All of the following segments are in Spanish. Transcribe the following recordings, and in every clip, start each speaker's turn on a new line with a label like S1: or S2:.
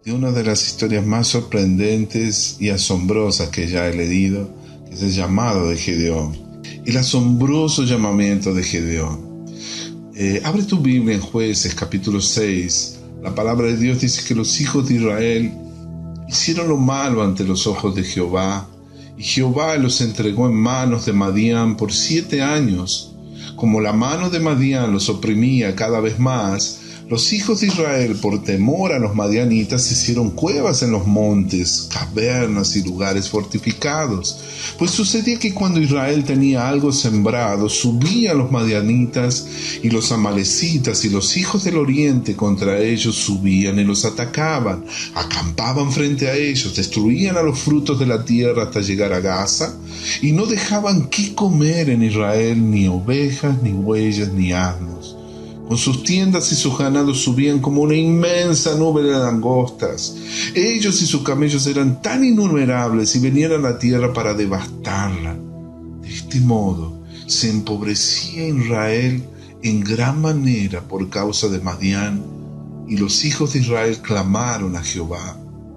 S1: de una de las historias más sorprendentes y asombrosas que ya he leído, que es el llamado de Gedeón, el asombroso llamamiento de Gedeón. Abre tu Biblia en Jueces capítulo 6. La palabra de Dios dice que los hijos de Israel hicieron lo malo ante los ojos de Jehová, y Jehová los entregó en manos de Madián por 7 años. Como la mano de Madián los oprimía cada vez más, los hijos de Israel, por temor a los madianitas, hicieron cuevas en los montes, cavernas y lugares fortificados. Pues sucedía que cuando Israel tenía algo sembrado, subían los madianitas y los amalecitas y los hijos del oriente contra ellos subían y los atacaban, acampaban frente a ellos, destruían a los frutos de la tierra hasta llegar a Gaza, y no dejaban qué comer en Israel, ni ovejas, ni bueyes, ni asnos. Con sus tiendas y sus ganados subían como una inmensa nube de langostas. Ellos y sus camellos eran tan innumerables y venían a la tierra para devastarla. De este modo se empobrecía Israel en gran manera por causa de Madián, y los hijos de Israel clamaron a Jehová.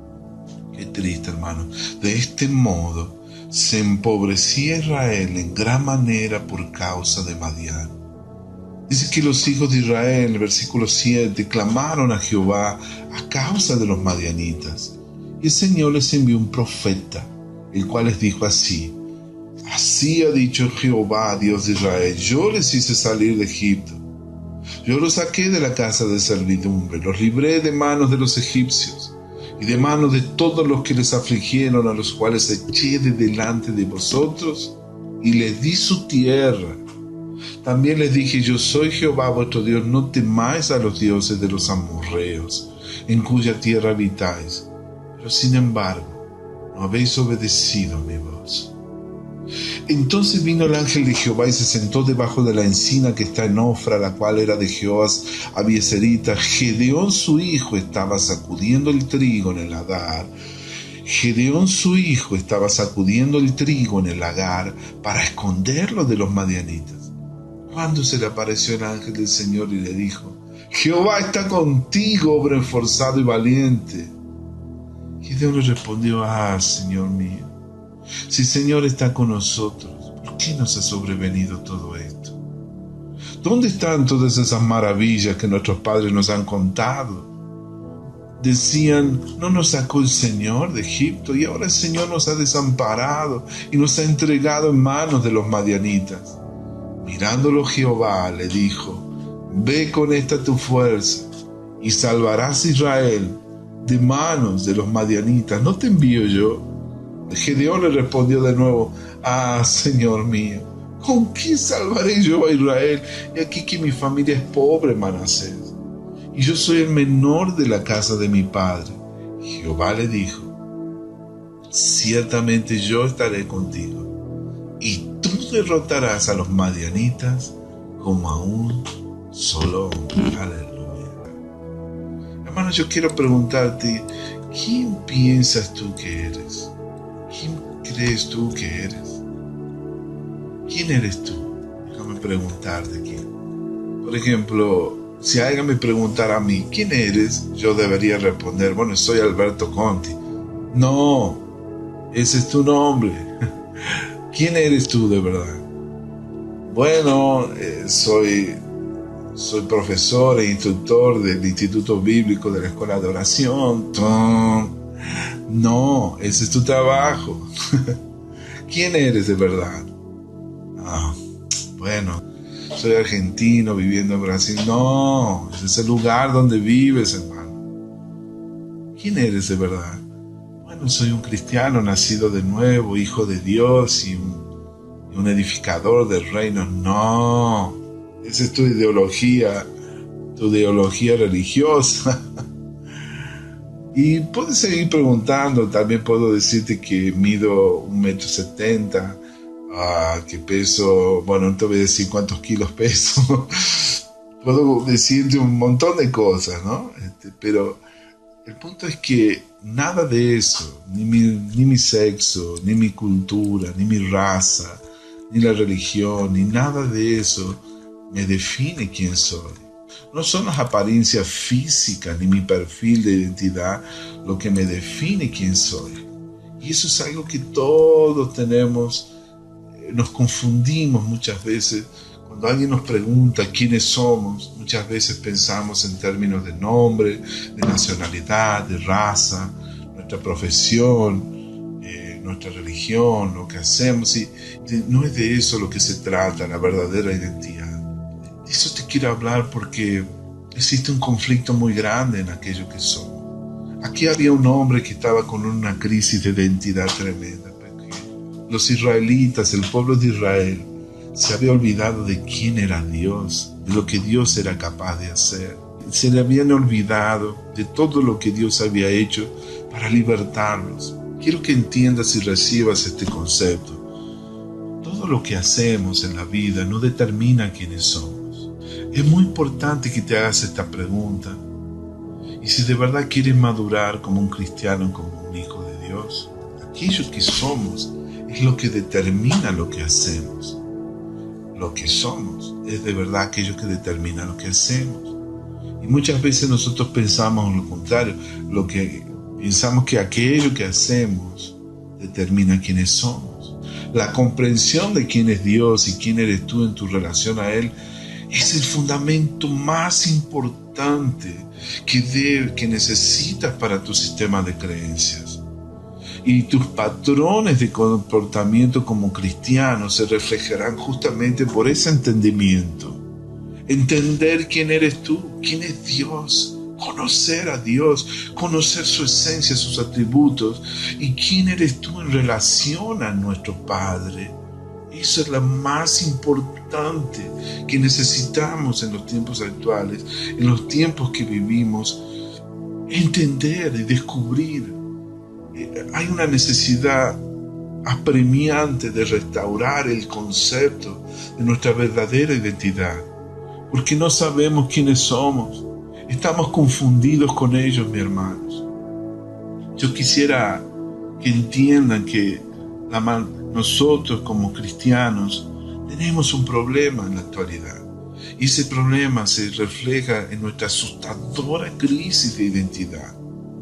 S1: Qué triste, hermano. De este modo se empobrecía Israel en gran manera por causa de Madián. Dice que los hijos de Israel, en el versículo 7, clamaron a Jehová a causa de los madianitas. Y el Señor les envió un profeta, el cual les dijo así: Así ha dicho Jehová, Dios de Israel, yo les hice salir de Egipto. Yo los saqué de la casa de servidumbre, los libré de manos de los egipcios y de manos de todos los que les afligieron, a los cuales eché de delante de vosotros y les di su tierra. También les dije: yo soy Jehová vuestro Dios, no temáis a los dioses de los amorreos, en cuya tierra habitáis. Pero sin embargo, no habéis obedecido a mi voz. Entonces vino el ángel de Jehová y se sentó debajo de la encina que está en Ofra, la cual era de Joas Abieserita. Gedeón su hijo estaba sacudiendo el trigo en el lagar. Gedeón su hijo estaba sacudiendo el trigo en el lagar para esconderlo de los madianitas. Cuando se le apareció el ángel del Señor y le dijo: Jehová está contigo, hombre esforzado y valiente. Gedeón le respondió: Señor mío, si el Señor está con nosotros, ¿por qué nos ha sobrevenido todo esto? ¿Dónde están todas esas maravillas que nuestros padres nos han contado? Decían: ¿no nos sacó el Señor de Egipto? Y ahora el Señor nos ha desamparado y nos ha entregado en manos de los madianitas. Mirándolo Jehová le dijo: Ve con esta tu fuerza y salvarás a Israel de manos de los madianitas. ¿No te envío yo? Gedeón le respondió de nuevo: Señor mío, ¿con qué salvaré yo a Israel? Y aquí que mi familia es pobre, Manasés, y yo soy el menor de la casa de mi padre. Jehová le dijo: Ciertamente yo estaré contigo, y tú derrotarás a los madianitas como a un solo hombre. Aleluya. Hermano, yo quiero preguntarte: ¿quién piensas tú que eres? ¿Quién crees tú que eres? ¿Quién eres tú? Déjame preguntarte quién. Por ejemplo, si alguien me preguntara a mí: ¿quién eres? Yo debería responder: bueno, soy Alberto Conti. No, ese es tu nombre. ¿Quién eres tú de verdad? Bueno, soy profesor e instructor del Instituto Bíblico de la Escuela de Oración. No, ese es tu trabajo. ¿Quién eres de verdad? Bueno, soy argentino viviendo en Brasil. No, ese es el lugar donde vives, hermano. ¿Quién eres de verdad? Bueno, soy un cristiano nacido de nuevo, hijo de Dios y un edificador del reino. No, esa es tu ideología religiosa. Y puedes seguir preguntando. También puedo decirte que mido 1,70 m, que peso, bueno, no te voy a decir cuántos kilos peso. Puedo decirte un montón de cosas, ¿no? Pero el punto es que nada de eso, ni mi sexo, ni mi cultura, ni mi raza, ni la religión, ni nada de eso me define quién soy. No son las apariencias físicas ni mi perfil de identidad lo que me define quién soy. Y eso es algo que todos tenemos, nos confundimos muchas veces. Cuando alguien nos pregunta quiénes somos, muchas veces pensamos en términos de nombre, de nacionalidad, de raza, nuestra profesión, nuestra religión, lo que hacemos. Y no es de eso lo que se trata, la verdadera identidad. De eso te quiero hablar porque existe un conflicto muy grande en aquello que somos. Aquí había un hombre que estaba con una crisis de identidad tremenda. Porque los israelitas, el pueblo de Israel, se había olvidado de quién era Dios, de lo que Dios era capaz de hacer. Se le habían olvidado de todo lo que Dios había hecho para libertarlos. Quiero que entiendas y recibas este concepto. Todo lo que hacemos en la vida no determina quiénes somos. Es muy importante que te hagas esta pregunta. Y si de verdad quieres madurar como un cristiano, como un hijo de Dios, aquello que somos es lo que determina lo que hacemos. Lo que somos es de verdad aquello que determina lo que hacemos. Y muchas veces nosotros pensamos lo contrario, pensamos que aquello que hacemos determina quiénes somos. La comprensión de quién es Dios y quién eres tú en tu relación a Él es el fundamento más importante que necesitas para tu sistema de creencias. Y tus patrones de comportamiento como cristianos se reflejarán justamente por ese entendimiento. Entender quién eres tú, quién es Dios, conocer a Dios, conocer su esencia, sus atributos y quién eres tú en relación a nuestro Padre. Eso es lo más importante que necesitamos en los tiempos actuales, en los tiempos que vivimos, entender y descubrir. Hay una necesidad apremiante de restaurar el concepto de nuestra verdadera identidad, porque no sabemos quiénes somos. Estamos confundidos con ellos, mis hermanos. Yo quisiera que entiendan que nosotros como cristianos tenemos un problema en la actualidad. Y ese problema se refleja en nuestra asustadora crisis de identidad.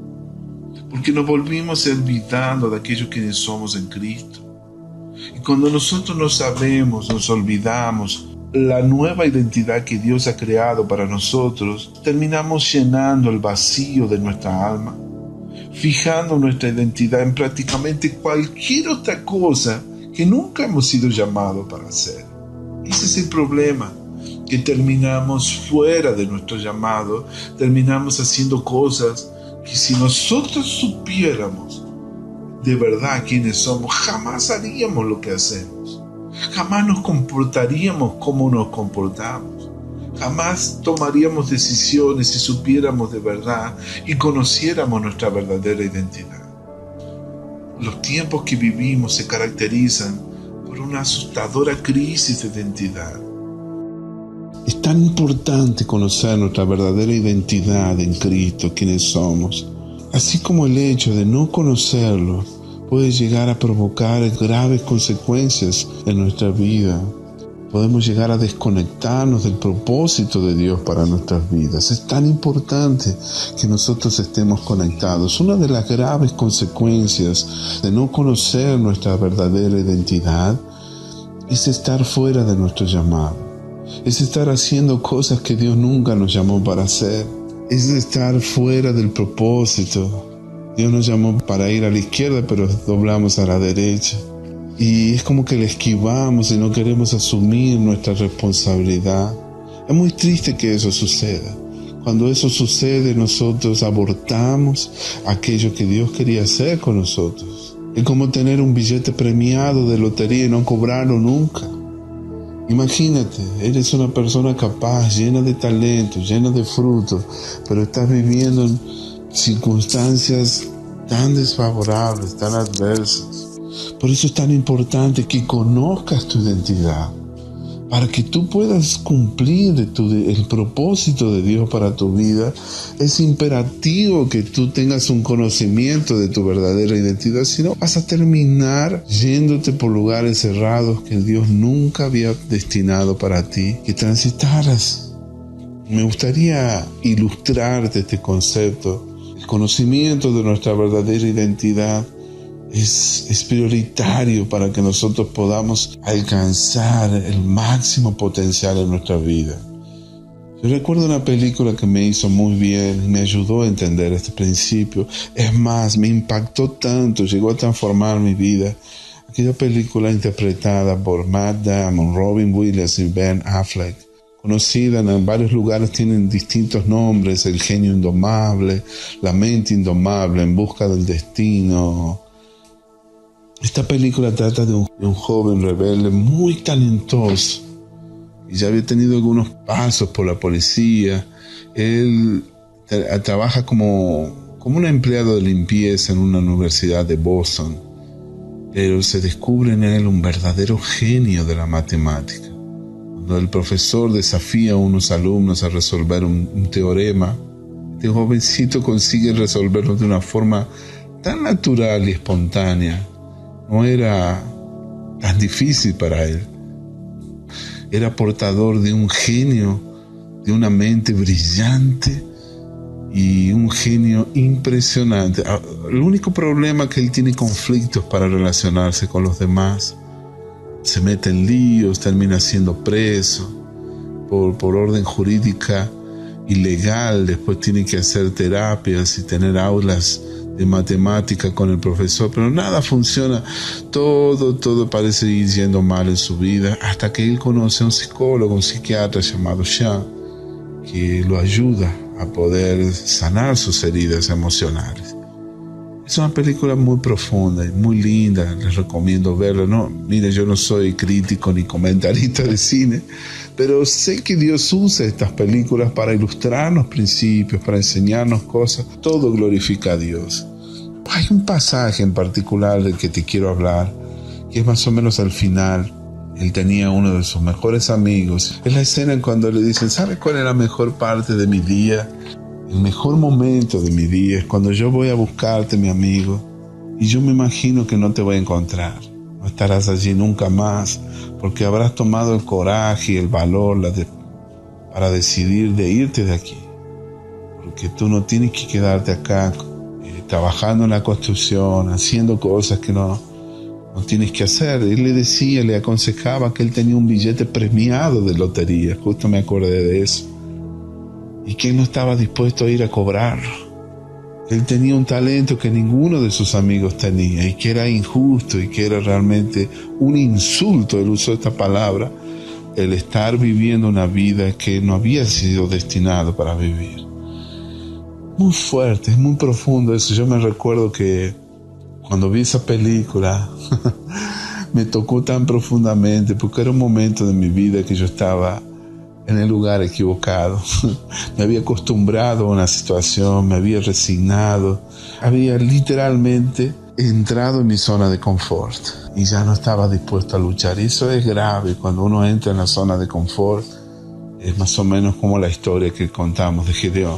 S1: Porque nos volvimos olvidando de aquello que somos en Cristo. Y cuando nosotros no sabemos, nos olvidamos la nueva identidad que Dios ha creado para nosotros, terminamos llenando el vacío de nuestra alma, fijando nuestra identidad en prácticamente cualquier otra cosa que nunca hemos sido llamados para hacer. Ese es el problema, que terminamos fuera de nuestro llamado, terminamos haciendo cosas que si nosotros supiéramos de verdad quiénes somos, jamás haríamos lo que hacemos. Jamás nos comportaríamos como nos comportamos. Jamás tomaríamos decisiones si supiéramos de verdad y conociéramos nuestra verdadera identidad. Los tiempos que vivimos se caracterizan por una asustadora crisis de identidad. Es tan importante conocer nuestra verdadera identidad en Cristo, quiénes somos. Así como el hecho de no conocerlo puede llegar a provocar graves consecuencias en nuestra vida. Podemos llegar a desconectarnos del propósito de Dios para nuestras vidas. Es tan importante que nosotros estemos conectados. Una de las graves consecuencias de no conocer nuestra verdadera identidad es estar fuera de nuestro llamado. Es estar haciendo cosas que Dios nunca nos llamó para hacer. Es estar fuera del propósito. Dios nos llamó para ir a la izquierda, pero doblamos a la derecha. Y es como que le esquivamos y no queremos asumir nuestra responsabilidad. Es muy triste que eso suceda. Cuando eso sucede, nosotros abortamos aquello que Dios quería hacer con nosotros. Es como tener un billete premiado de lotería y no cobrarlo nunca. Imagínate, eres una persona capaz, llena de talento, llena de frutos, pero estás viviendo en circunstancias tan desfavorables, tan adversas. Por eso es tan importante que conozcas tu identidad, para que tú puedas cumplir el propósito de Dios para tu vida. Es imperativo que tú tengas un conocimiento de tu verdadera identidad, si no vas a terminar yéndote por lugares cerrados que Dios nunca había destinado para ti que transitaras. Me gustaría ilustrarte este concepto. El conocimiento de nuestra verdadera identidad es prioritario para que nosotros podamos alcanzar el máximo potencial en nuestra vida. Yo recuerdo una película que me hizo muy bien y me ayudó a entender este principio. Es más, me impactó tanto, llegó a transformar mi vida. Aquella película interpretada por Matt Damon, Robin Williams y Ben Affleck, conocida en varios lugares, tienen distintos nombres: El genio indomable, La mente indomable, En busca del destino. Esta película trata de un joven rebelde muy talentoso y ya había tenido algunos pasos por la policía. Él trabaja como un empleado de limpieza en una universidad de Boston, pero se descubre en él un verdadero genio de la matemática. Cuando el profesor desafía a unos alumnos a resolver un teorema, este jovencito consigue resolverlo de una forma tan natural y espontánea. No era tan difícil para él. Era portador de un genio, de una mente brillante y un genio impresionante. El único problema es que él tiene conflictos para relacionarse con los demás. Se mete en líos, termina siendo preso por orden jurídica ilegal. Después tiene que hacer terapias y tener aulas de matemática con el profesor, pero nada funciona. Todo parece ir yendo mal en su vida, hasta que él conoce a un psicólogo, un psiquiatra llamado Sean, que lo ayuda a poder sanar sus heridas emocionales. Es una película muy profunda y muy linda, les recomiendo verla. Mire, yo no soy crítico ni comentarista de cine, pero sé que Dios usa estas películas para ilustrarnos principios, para enseñarnos cosas. Todo glorifica a Dios. Hay un pasaje en particular del que te quiero hablar, que es más o menos al final. Él tenía uno de sus mejores amigos. Es la escena en cuando le dicen: ¿sabes cuál es la mejor parte de mi día? El mejor momento de mi día es cuando yo voy a buscarte, mi amigo, y yo me imagino que no te voy a encontrar. No estarás allí nunca más, porque habrás tomado el coraje y el valor para decidir de irte de aquí. Porque tú no tienes que quedarte acá trabajando en la construcción, haciendo cosas que no tienes que hacer. Él le decía, le aconsejaba que él tenía un billete premiado de lotería. Justo me acordé de eso. Y que él no estaba dispuesto a ir a cobrarlo. Él tenía un talento que ninguno de sus amigos tenía, y que era injusto y que era realmente un insulto, él usó esta palabra, el estar viviendo una vida que no había sido destinado para vivir. Muy fuerte, es muy profundo eso. Yo me recuerdo que cuando vi esa película me tocó tan profundamente, porque era un momento de mi vida que yo estaba en el lugar equivocado. Me había acostumbrado a una situación, me había resignado, había literalmente entrado en mi zona de confort y ya no estaba dispuesto a luchar. Y eso es grave. Cuando uno entra en la zona de confort, es más o menos como la historia que contamos de Gedeón.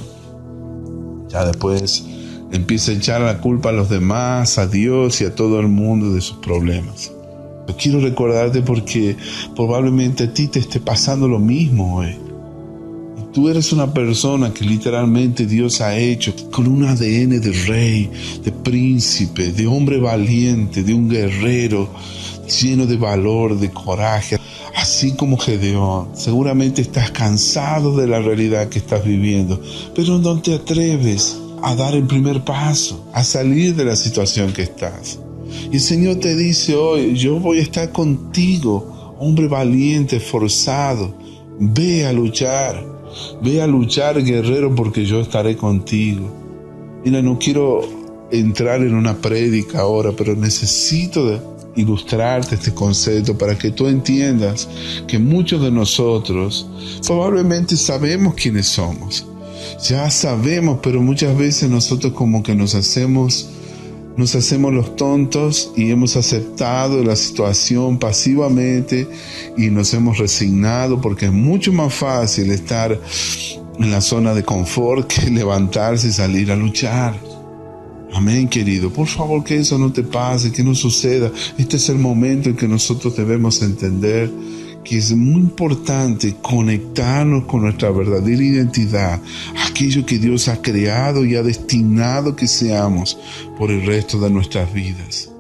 S1: Ya después empieza a echar la culpa a los demás, a Dios y a todo el mundo de sus problemas. Yo quiero recordarte porque probablemente a ti te esté pasando lo mismo hoy. Y tú eres una persona que literalmente Dios ha hecho con un ADN de rey, de príncipe, de hombre valiente, de un guerrero lleno de valor, de coraje. Así como Gedeón, seguramente estás cansado de la realidad que estás viviendo, pero no te atreves a dar el primer paso, a salir de la situación que estás. Y el Señor te dice hoy: yo voy a estar contigo, hombre valiente, esforzado. Ve a luchar, guerrero, porque yo estaré contigo. Mira, no quiero entrar en una prédica ahora, pero necesito ilustrarte este concepto para que tú entiendas que muchos de nosotros probablemente sabemos quiénes somos. Ya sabemos, pero muchas veces nosotros como que nos hacemos los tontos y hemos aceptado la situación pasivamente y nos hemos resignado, porque es mucho más fácil estar en la zona de confort que levantarse y salir a luchar. Amén, querido. Por favor, que eso no te pase, que no suceda. Este es el momento en que nosotros debemos entender que es muy importante conectarnos con nuestra verdadera identidad, aquello que Dios ha creado y ha destinado que seamos por el resto de nuestras vidas.